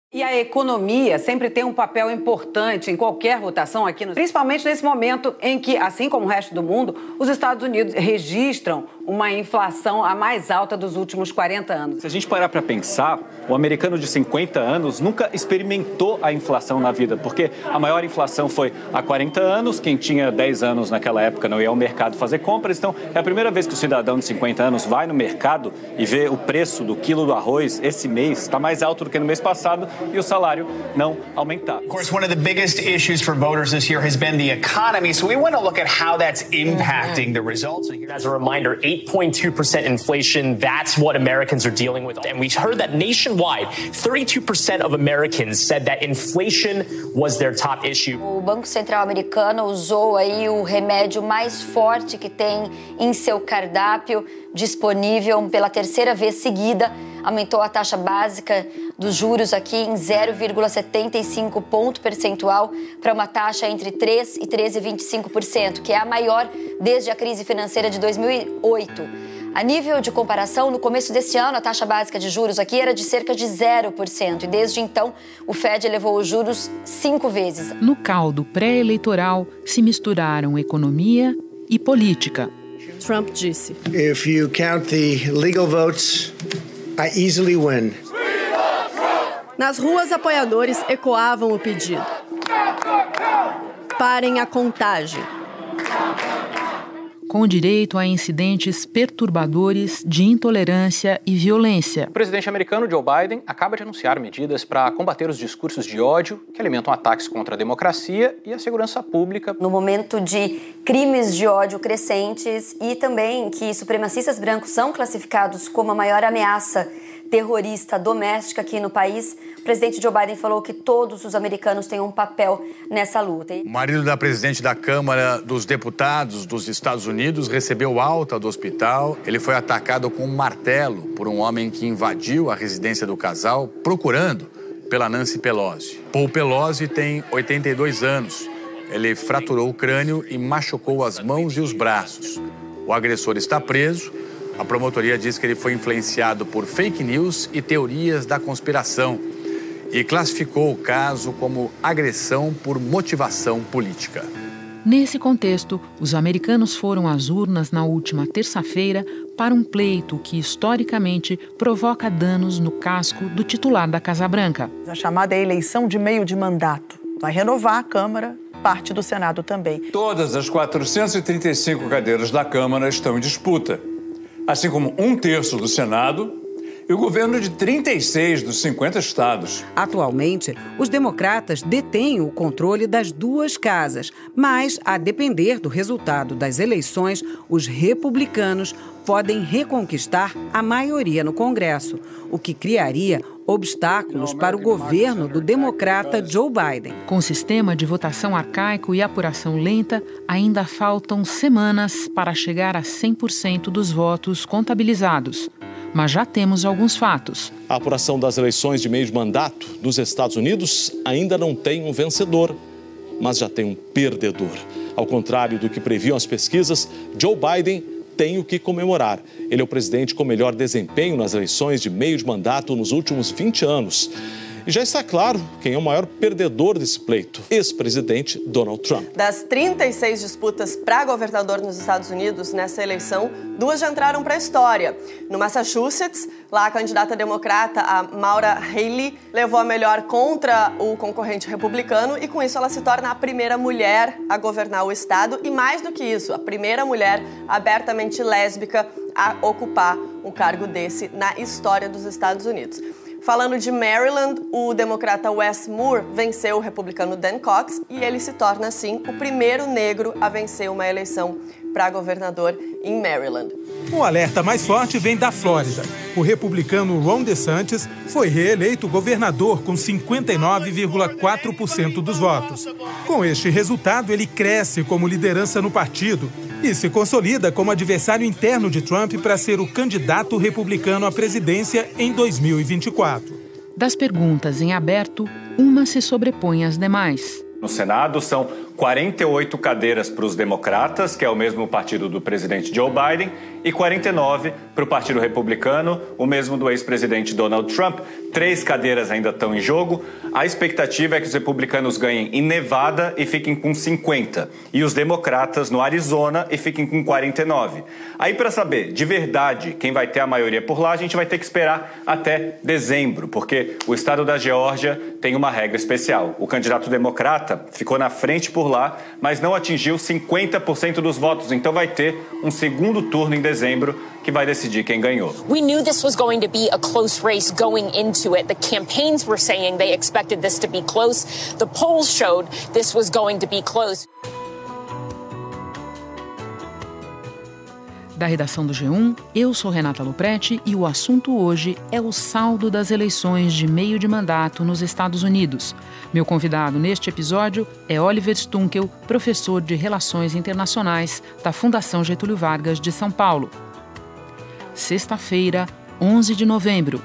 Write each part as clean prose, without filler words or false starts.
E a economia sempre tem um papel importante em qualquer votação aqui, principalmente nesse momento em que, assim como o resto do mundo, os Estados Unidos registram uma inflação a mais alta dos últimos 40 anos. Se a gente parar para pensar, o americano de 50 anos nunca experimentou a inflação na vida, porque a maior inflação foi há 40 anos, quem tinha 10 anos naquela época não ia ao mercado fazer compras, então é a primeira vez que o cidadão de 50 anos vai no mercado e vê o preço do quilo do arroz esse mês está mais alto do que no mês passado e o salário não aumentar. Of course, one of the biggest issues for voters this year has been the economy, so we want to look at how that's impacting the results. As a reminder, 8.2% inflation, that's what Americans are dealing with. And we heard that nationwide, 32% of Americans said that inflation was their top issue. O Banco Central americano usou aí o remédio mais forte que tem em seu cardápio disponível pela terceira vez seguida. Aumentou a taxa básica dos juros aqui em 0,75 ponto percentual para uma taxa entre 3% e 13,25%, que é a maior desde a crise financeira de 2008. A nível de comparação, no começo deste ano, a taxa básica de juros aqui era de cerca de 0%. E desde então, o Fed elevou os juros 5 vezes. No caldo pré-eleitoral, se misturaram economia e política. Trump disse: If you count the legal votes, I easily win. Nas ruas, apoiadores ecoavam o pedido. Parem a contagem. Com direito a incidentes perturbadores de intolerância e violência. O presidente americano Joe Biden acaba de anunciar medidas para combater os discursos de ódio que alimentam ataques contra a democracia e a segurança pública. No momento de crimes de ódio crescentes e também que supremacistas brancos são classificados como a maior ameaça terrorista doméstica aqui no país, o presidente Joe Biden falou que todos os americanos têm um papel nessa luta. O marido da presidente da Câmara dos Deputados dos Estados Unidos recebeu alta do hospital. Ele foi atacado com um martelo por um homem que invadiu a residência do casal procurando pela Nancy Pelosi. Paul Pelosi tem 82 anos. Ele fraturou o crânio e machucou as mãos e os braços. O agressor está preso. A promotoria diz que ele foi influenciado por fake news e teorias da conspiração e classificou o caso como agressão por motivação política. Nesse contexto, os americanos foram às urnas na última terça-feira para um pleito que, historicamente, provoca danos no casco do titular da Casa Branca. A chamada eleição de meio de mandato vai renovar a Câmara, parte do Senado também. Todas as 435 cadeiras da Câmara estão em disputa, assim como 1/3 do Senado e o governo de 36 dos 50 estados. Atualmente, os democratas detêm o controle das duas casas, mas, a depender do resultado das eleições, os republicanos podem reconquistar a maioria no Congresso, o que criaria obstáculos para o governo do democrata Joe Biden. Com sistema de votação arcaico e apuração lenta, ainda faltam semanas para chegar a 100% dos votos contabilizados. Mas já temos alguns fatos. A apuração das eleições de meio de mandato nos Estados Unidos ainda não tem um vencedor, mas já tem um perdedor. Ao contrário do que previam as pesquisas, Joe Biden tem o que comemorar. Ele é o presidente com melhor desempenho nas eleições de meio de mandato nos últimos 20 anos. E já está claro quem é o maior perdedor desse pleito: ex-presidente Donald Trump. Das 36 disputas para governador nos Estados Unidos nessa eleição, 2 já entraram para a história. No Massachusetts, lá a candidata democrata, a Maura Haley, levou a melhor contra o concorrente republicano e com isso ela se torna a primeira mulher a governar o estado e, mais do que isso, a primeira mulher abertamente lésbica a ocupar um cargo desse na história dos Estados Unidos. Falando de Maryland, o democrata Wes Moore venceu o republicano Dan Cox e ele se torna, assim, o primeiro negro a vencer uma eleição para governador em Maryland. O alerta mais forte vem da Flórida. O republicano Ron DeSantis foi reeleito governador com 59,4% dos votos. Com este resultado, ele cresce como liderança no partido e se consolida como adversário interno de Trump para ser o candidato republicano à presidência em 2024. Das perguntas em aberto, uma se sobrepõe às demais. No Senado, são 48 cadeiras para os democratas, que é o mesmo partido do presidente Joe Biden, e 49 para o Partido Republicano, o mesmo do ex-presidente Donald Trump. 3 cadeiras ainda estão em jogo. A expectativa é que os republicanos ganhem em Nevada e fiquem com 50, e os democratas no Arizona e fiquem com 49. Aí, para saber de verdade quem vai ter a maioria por lá, a gente vai ter que esperar até dezembro, porque o estado da Geórgia tem uma regra especial. O candidato democrata ficou na frente por lá, mas não atingiu 50% dos votos, então vai ter um segundo turno em dezembro que vai decidir quem ganhou. We knew this was going to be a close race going into it. The campaigns were saying they expected this to be close. The polls showed this was going to be close. Da redação do G1, eu sou Renata Luprete e o assunto hoje é o saldo das eleições de meio de mandato nos Estados Unidos. Meu convidado neste episódio é Oliver Stunkel, professor de Relações Internacionais da Fundação Getúlio Vargas de São Paulo. Sexta-feira, 11 de novembro.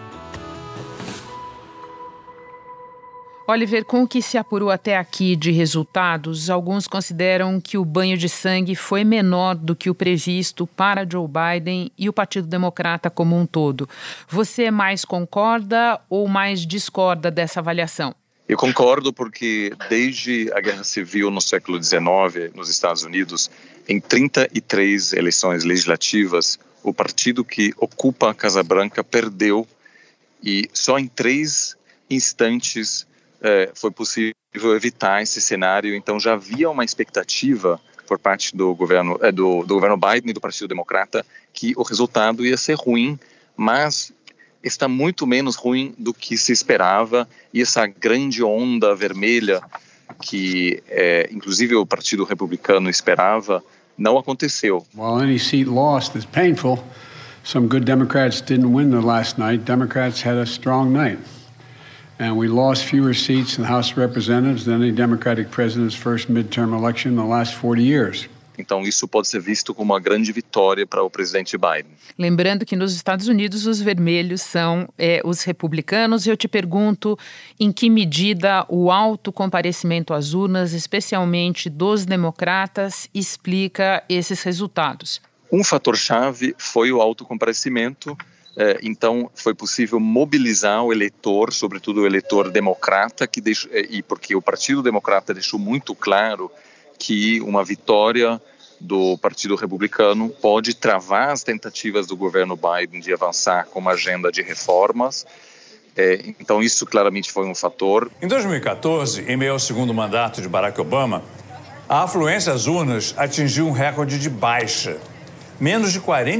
Oliver, com o que se apurou até aqui de resultados, alguns consideram que o banho de sangue foi menor do que o previsto para Joe Biden e o Partido Democrata como um todo. Você mais concorda ou mais discorda dessa avaliação? Eu concordo porque desde a Guerra Civil no século XIX, nos Estados Unidos, em 33 eleições legislativas, o partido que ocupa a Casa Branca perdeu e só em 3 instantes foi possível evitar esse cenário. Então já havia uma expectativa por parte do governo Biden e do Partido Democrata que o resultado ia ser ruim, mas está muito menos ruim do que se esperava, e essa grande onda vermelha que inclusive o Partido Republicano esperava não aconteceu. While any seat lost is painful, some good Democrats didn't win the last night. Democrats had a strong night. And we lost fewer seats in the House of Representatives than any Democratic president's first midterm election in the last 40 years. Então isso pode ser visto como uma grande vitória para o presidente Biden. Lembrando que nos Estados Unidos os vermelhos são os republicanos, e eu te pergunto em que medida o alto comparecimento às urnas, especialmente dos democratas, explica esses resultados. Um fator-chave foi o alto comparecimento. Então foi possível mobilizar o eleitor, sobretudo o eleitor democrata, e porque o Partido Democrata deixou muito claro que uma vitória do Partido Republicano pode travar as tentativas do governo Biden de avançar com uma agenda de reformas. Então isso claramente foi um fator. Em 2014, em meio ao segundo mandato de Barack Obama, a afluência às urnas atingiu um recorde de baixa. Menos de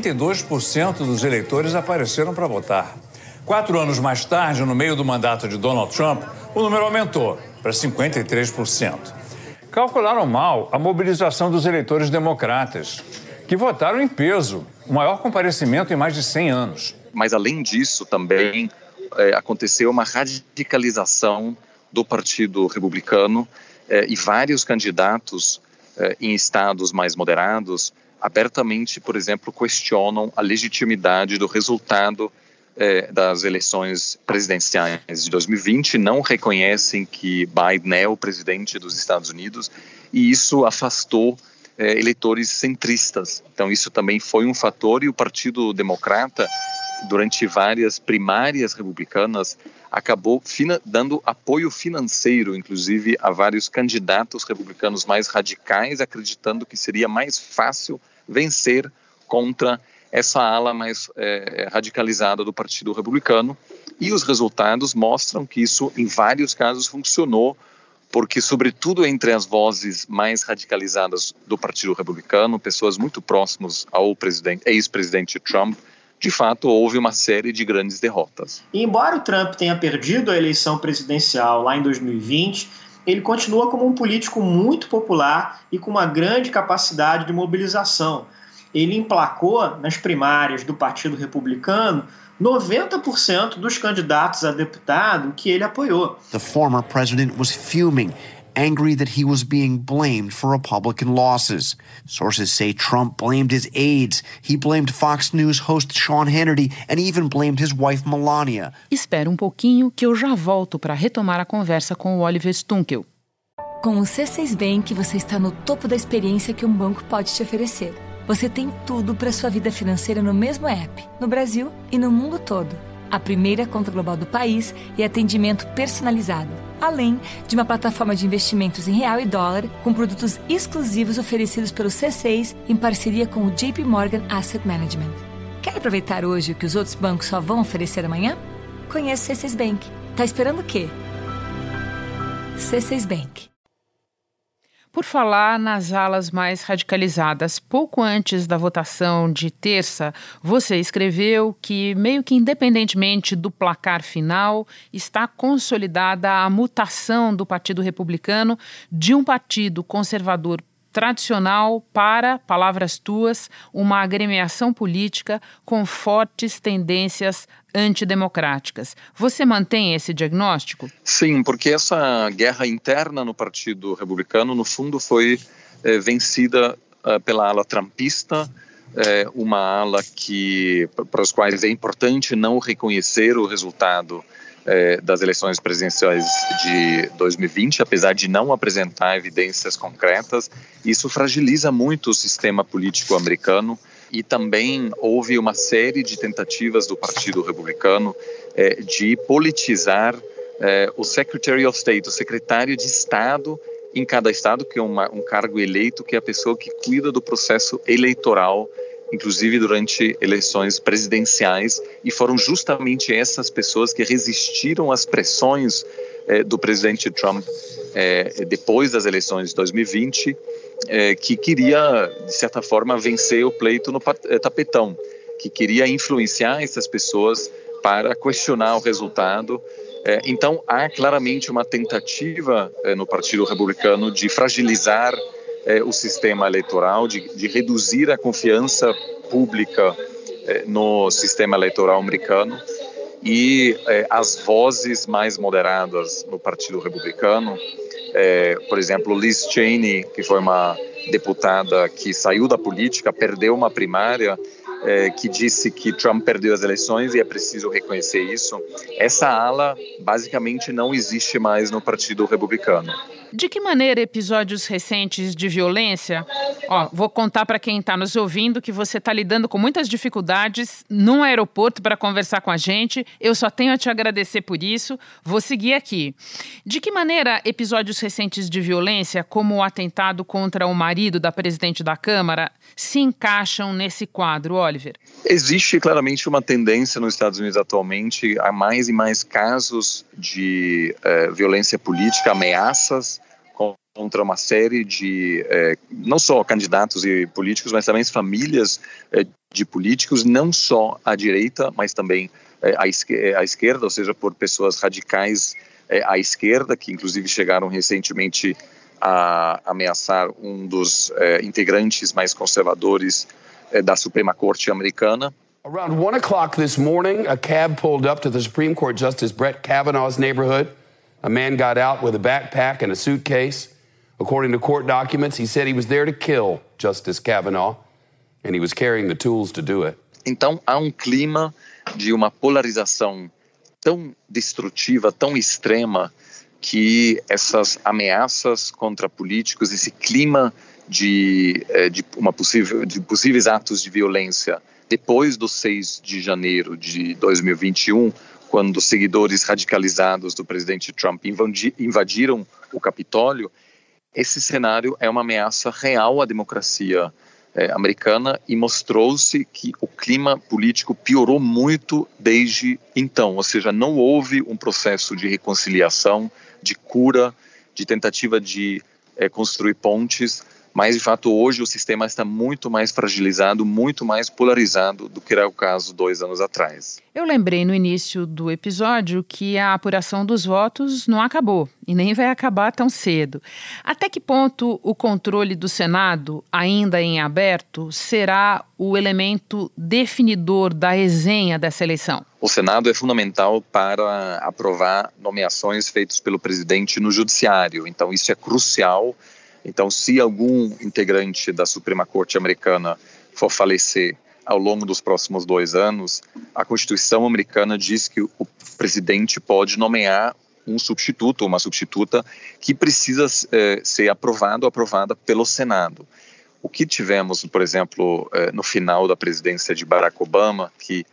42% dos eleitores apareceram para votar. 4 anos mais tarde, no meio do mandato de Donald Trump, o número aumentou para 53%. Calcularam mal a mobilização dos eleitores democratas, que votaram em peso, o maior comparecimento em mais de 100 anos. Mas, além disso, também aconteceu uma radicalização do Partido Republicano e vários candidatos em estados mais moderados abertamente, por exemplo, questionam a legitimidade do resultado das eleições presidenciais de 2020, não reconhecem que Biden é o presidente dos Estados Unidos, e isso afastou eleitores centristas. Então isso também foi um fator, e o Partido Democrata, durante várias primárias republicanas, acabou dando apoio financeiro, inclusive, a vários candidatos republicanos mais radicais, acreditando que seria mais fácil vencer contra essa ala mais radicalizada do Partido Republicano. E os resultados mostram que isso, em vários casos, funcionou, porque, sobretudo entre as vozes mais radicalizadas do Partido Republicano, pessoas muito próximas ao ex-presidente Trump, de fato, houve uma série de grandes derrotas. E embora o Trump tenha perdido a eleição presidencial lá em 2020, ele continua como um político muito popular e com uma grande capacidade de mobilização. Ele emplacou nas primárias do Partido Republicano 90% dos candidatos a deputado que ele apoiou. The former president was fuming, angry that he was being blamed for Republican losses. Sources say Trump blamed his aides. He blamed Fox News host Sean Hannity and even blamed his wife Melania. Espera um pouquinho que eu já volto para retomar a conversa com o Oliver Stunkel. Com o C6 Bank, você está no topo da experiência que um banco pode te oferecer. Você tem tudo para sua vida financeira no mesmo app, no Brasil e no mundo todo. A primeira conta global do país e atendimento personalizado, além de uma plataforma de investimentos em real e dólar com produtos exclusivos oferecidos pelo C6 em parceria com o JP Morgan Asset Management. Quer aproveitar hoje o que os outros bancos só vão oferecer amanhã? Conheça o C6 Bank. Tá esperando o quê? C6 Bank. Por falar nas alas mais radicalizadas, pouco antes da votação de terça, você escreveu que, meio que independentemente do placar final, está consolidada a mutação do Partido Republicano de um partido conservador tradicional para, palavras tuas, uma agremiação política com fortes tendências antidemocráticas. Você mantém esse diagnóstico? Sim, porque essa guerra interna no Partido Republicano, no fundo, foi vencida pela ala trumpista, uma ala para os quais é importante não reconhecer o resultado das eleições presidenciais de 2020, apesar de não apresentar evidências concretas. Isso fragiliza muito o sistema político americano e também houve uma série de tentativas do Partido Republicano de politizar o Secretary of State, o secretário de Estado em cada estado, que é um cargo eleito, que é a pessoa que cuida do processo eleitoral, inclusive durante eleições presidenciais, e foram justamente essas pessoas que resistiram às pressões do presidente Trump depois das eleições de 2020, que queria, de certa forma, vencer o pleito no tapetão, que queria influenciar essas pessoas para questionar o resultado. Então, há claramente uma tentativa no Partido Republicano de fragilizar o sistema eleitoral, de reduzir a confiança pública no sistema eleitoral americano, e as vozes mais moderadas no Partido Republicano, por exemplo, Liz Cheney, que foi uma deputada que saiu da política, perdeu uma primária, que disse que Trump perdeu as eleições e é preciso reconhecer isso. Essa ala basicamente não existe mais no Partido Republicano. De que maneira episódios recentes de violência... vou contar para quem está nos ouvindo que você está lidando com muitas dificuldades num aeroporto para conversar com a gente. Eu só tenho a te agradecer por isso. Vou seguir aqui. De que maneira episódios recentes de violência, como o atentado contra o marido da presidente da Câmara, se encaixam nesse quadro, Oliver? Existe claramente uma tendência nos Estados Unidos atualmente a mais e mais casos de violência política, ameaças contra uma série de, não só candidatos e políticos, mas também famílias de políticos, não só à direita, mas também à esquerda, ou seja, por pessoas radicais à esquerda, que inclusive chegaram recentemente a ameaçar um dos integrantes mais conservadores da Suprema Corte americana. Around 1 o'clock this morning, a cab pulled up to the Supreme Court Justice Brett Kavanaugh's neighborhood. A man got out with a backpack and a suitcase. According to court documents, he said he was there to kill Justice Kavanaugh, and he was carrying the tools to do it. Então, há um clima de uma polarização tão destrutiva, tão extrema, que essas ameaças contra políticos, esse clima de possíveis atos de violência depois do 6 de janeiro de 2021, quando seguidores radicalizados do presidente Trump invadiram o Capitólio, esse cenário é uma ameaça real à democracia americana, e mostrou-se que o clima político piorou muito desde então, ou seja, não houve um processo de reconciliação, de cura, de tentativa de construir pontes, mas de fato hoje o sistema está muito mais fragilizado, muito mais polarizado do que era o caso 2 anos atrás. Eu lembrei no início do episódio que a apuração dos votos não acabou e nem vai acabar tão cedo. Até que ponto o controle do Senado, ainda em aberto, será o elemento definidor da resenha dessa eleição? O Senado é fundamental para aprovar nomeações feitas pelo presidente no judiciário, então isso é crucial. Então, se algum integrante da Suprema Corte americana for falecer ao longo dos próximos 2 anos, a Constituição americana diz que o presidente pode nomear um substituto, uma substituta, que precisa ser aprovada pelo Senado. O que tivemos, por exemplo, no final da presidência de Barack Obama, que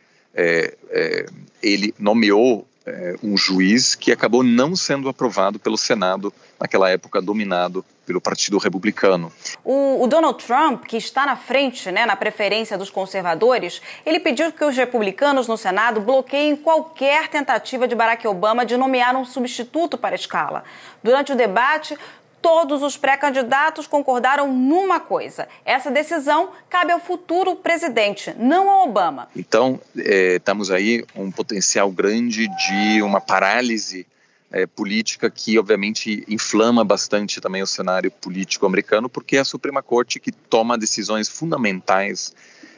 ele nomeou um juiz que acabou não sendo aprovado pelo Senado, naquela época dominado pelo Partido Republicano. O Donald Trump, que está na frente, na preferência dos conservadores, ele pediu que os republicanos no Senado bloqueiem qualquer tentativa de Barack Obama de nomear um substituto para a escala. Durante o debate, todos os pré-candidatos concordaram numa coisa: essa decisão cabe ao futuro presidente, não ao Obama. Então, estamos aí um potencial grande de uma parálise política que, obviamente, inflama bastante também o cenário político americano, porque é a Suprema Corte que toma decisões fundamentais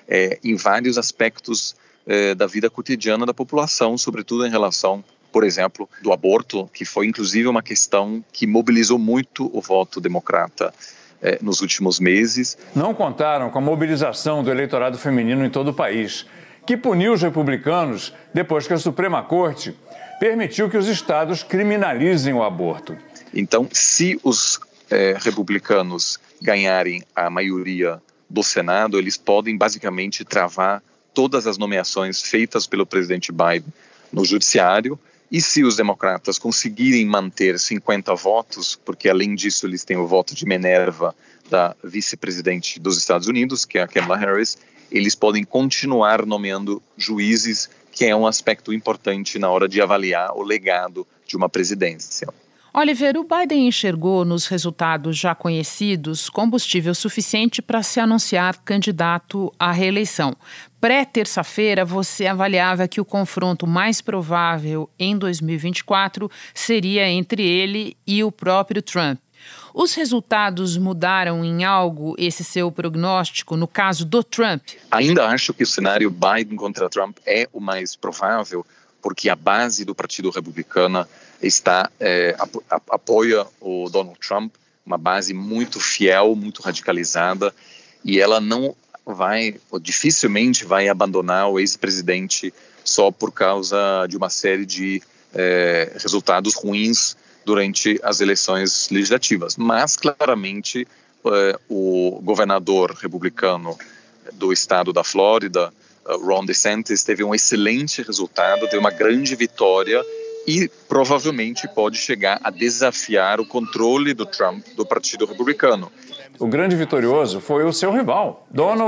em vários aspectos da vida cotidiana da população, sobretudo em relação, por exemplo, do aborto, que foi inclusive uma questão que mobilizou muito o voto democrata nos últimos meses. Não contaram com a mobilização do eleitorado feminino em todo o país, que puniu os republicanos depois que a Suprema Corte permitiu que os estados criminalizem o aborto. Então, se os republicanos ganharem a maioria do Senado, eles podem basicamente travar todas as nomeações feitas pelo presidente Biden no judiciário. E se os democratas conseguirem manter 50 votos, porque além disso eles têm o voto de Minerva da vice-presidente dos Estados Unidos, que é a Kamala Harris, eles podem continuar nomeando juízes, que é um aspecto importante na hora de avaliar o legado de uma presidência. Oliver, o Biden enxergou nos resultados já conhecidos combustível suficiente para se anunciar candidato à reeleição. Pré-terça-feira, você avaliava que o confronto mais provável em 2024 seria entre ele e o próprio Trump. Os resultados mudaram em algo esse seu prognóstico no caso do Trump? Ainda acho que o cenário Biden contra Trump é o mais provável, porque a base do Partido Republicano apoia o Donald Trump, uma base muito fiel, muito radicalizada, e ela não vai, ou dificilmente vai abandonar o ex-presidente só por causa de uma série de resultados ruins durante as eleições legislativas. Mas, claramente, o governador republicano do estado da Flórida, Ron DeSantis, teve um excelente resultado, teve uma grande vitória e provavelmente pode chegar a desafiar o controle do Trump, do Partido Republicano. O grande vitorioso foi o seu rival,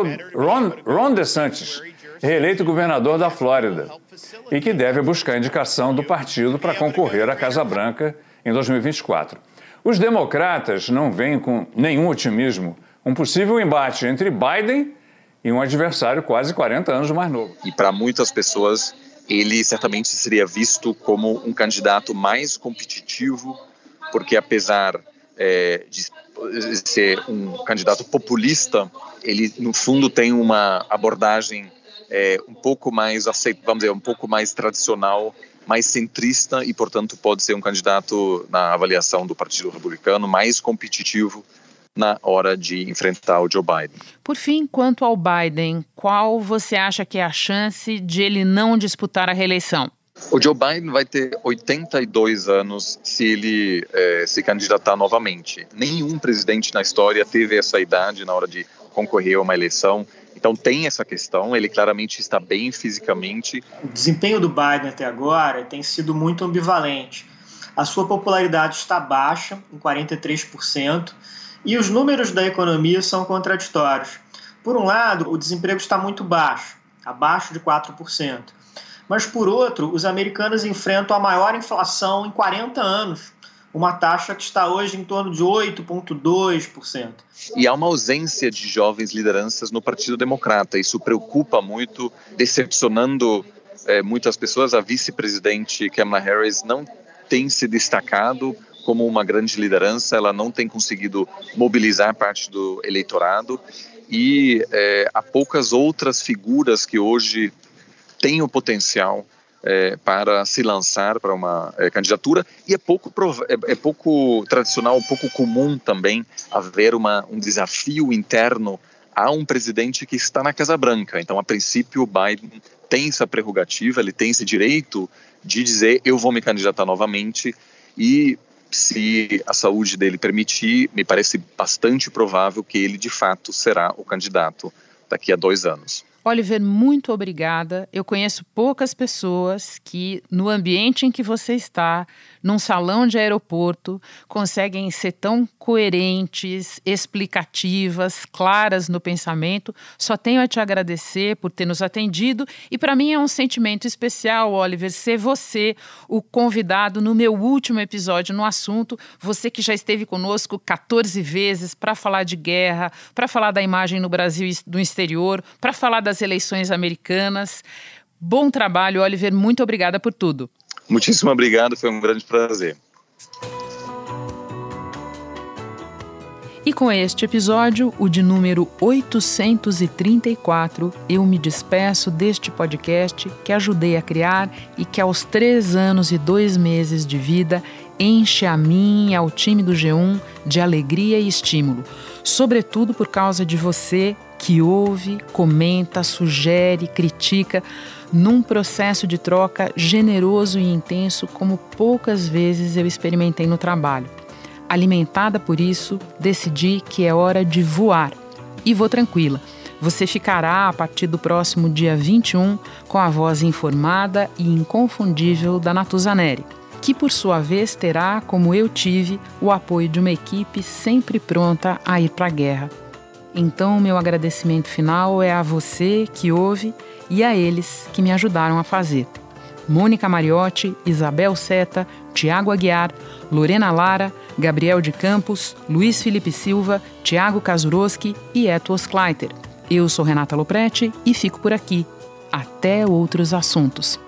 Ron DeSantis, reeleito governador da Flórida, e que deve buscar a indicação do partido para concorrer à Casa Branca em 2024. Os democratas não veem com nenhum otimismo um possível embate entre Biden e um adversário quase 40 anos mais novo. E para muitas pessoas, ele certamente seria visto como um candidato mais competitivo, porque apesar de ser um candidato populista, ele no fundo tem uma abordagem um pouco mais um pouco mais tradicional, mais centrista, e portanto pode ser um candidato na avaliação do Partido Republicano mais competitivo na hora de enfrentar o Joe Biden. Por fim, quanto ao Biden, qual você acha que é a chance de ele não disputar a reeleição? O Joe Biden vai ter 82 anos se ele se candidatar novamente. Nenhum presidente na história teve essa idade na hora de concorrer a uma eleição. Então tem essa questão, ele claramente está bem fisicamente. O desempenho do Biden até agora tem sido muito ambivalente. A sua popularidade está baixa, em 43%, e os números da economia são contraditórios. Por um lado, o desemprego está muito baixo, abaixo de 4%. Mas, por outro, os americanos enfrentam a maior inflação em 40 anos, uma taxa que está hoje em torno de 8,2%. E há uma ausência de jovens lideranças no Partido Democrata. Isso preocupa muito, decepcionando muitas pessoas. A vice-presidente Kamala Harris não tem se destacado como uma grande liderança, ela não tem conseguido mobilizar parte do eleitorado, e há poucas outras figuras que hoje têm o potencial para se lançar para uma candidatura, e é pouco tradicional, pouco comum também haver um desafio interno a um presidente que está na Casa Branca. Então, a princípio, o Biden tem essa prerrogativa, ele tem esse direito de dizer: eu vou me candidatar novamente, e se a saúde dele permitir, me parece bastante provável que ele de fato será o candidato daqui a 2 anos. Oliver, muito obrigada. Eu conheço poucas pessoas que, no ambiente em que você está, num salão de aeroporto, conseguem ser tão coerentes, explicativas, claras no pensamento. Só tenho a te agradecer por ter nos atendido e para mim é um sentimento especial, Oliver, ser você o convidado no meu último episódio no assunto. Você que já esteve conosco 14 vezes para falar de guerra, para falar da imagem no Brasil e do exterior, para falar das eleições americanas. Bom trabalho, Oliver. Muito obrigada por tudo. Muitíssimo obrigado, foi um grande prazer. E com este episódio, o de número 834, eu me despeço deste podcast que ajudei a criar e que aos 3 anos e 2 meses de vida enche a mim e ao time do G1 de alegria e estímulo, sobretudo por causa de você que ouve, comenta, sugere, critica, num processo de troca generoso e intenso como poucas vezes eu experimentei no trabalho. Alimentada por isso, decidi que é hora de voar. E vou tranquila. Você ficará, a partir do próximo dia 21, com a voz informada e inconfundível da Natuza Neri, que por sua vez terá, como eu tive, o apoio de uma equipe sempre pronta a ir para a guerra. Então, meu agradecimento final é a você que ouve e a eles que me ajudaram a fazer. Mônica Mariotti, Isabel Seta, Tiago Aguiar, Lorena Lara, Gabriel de Campos, Luiz Felipe Silva, Tiago Kazuroski e Eto Oskleiter. Eu sou Renata Lopretti e fico por aqui. Até outros assuntos.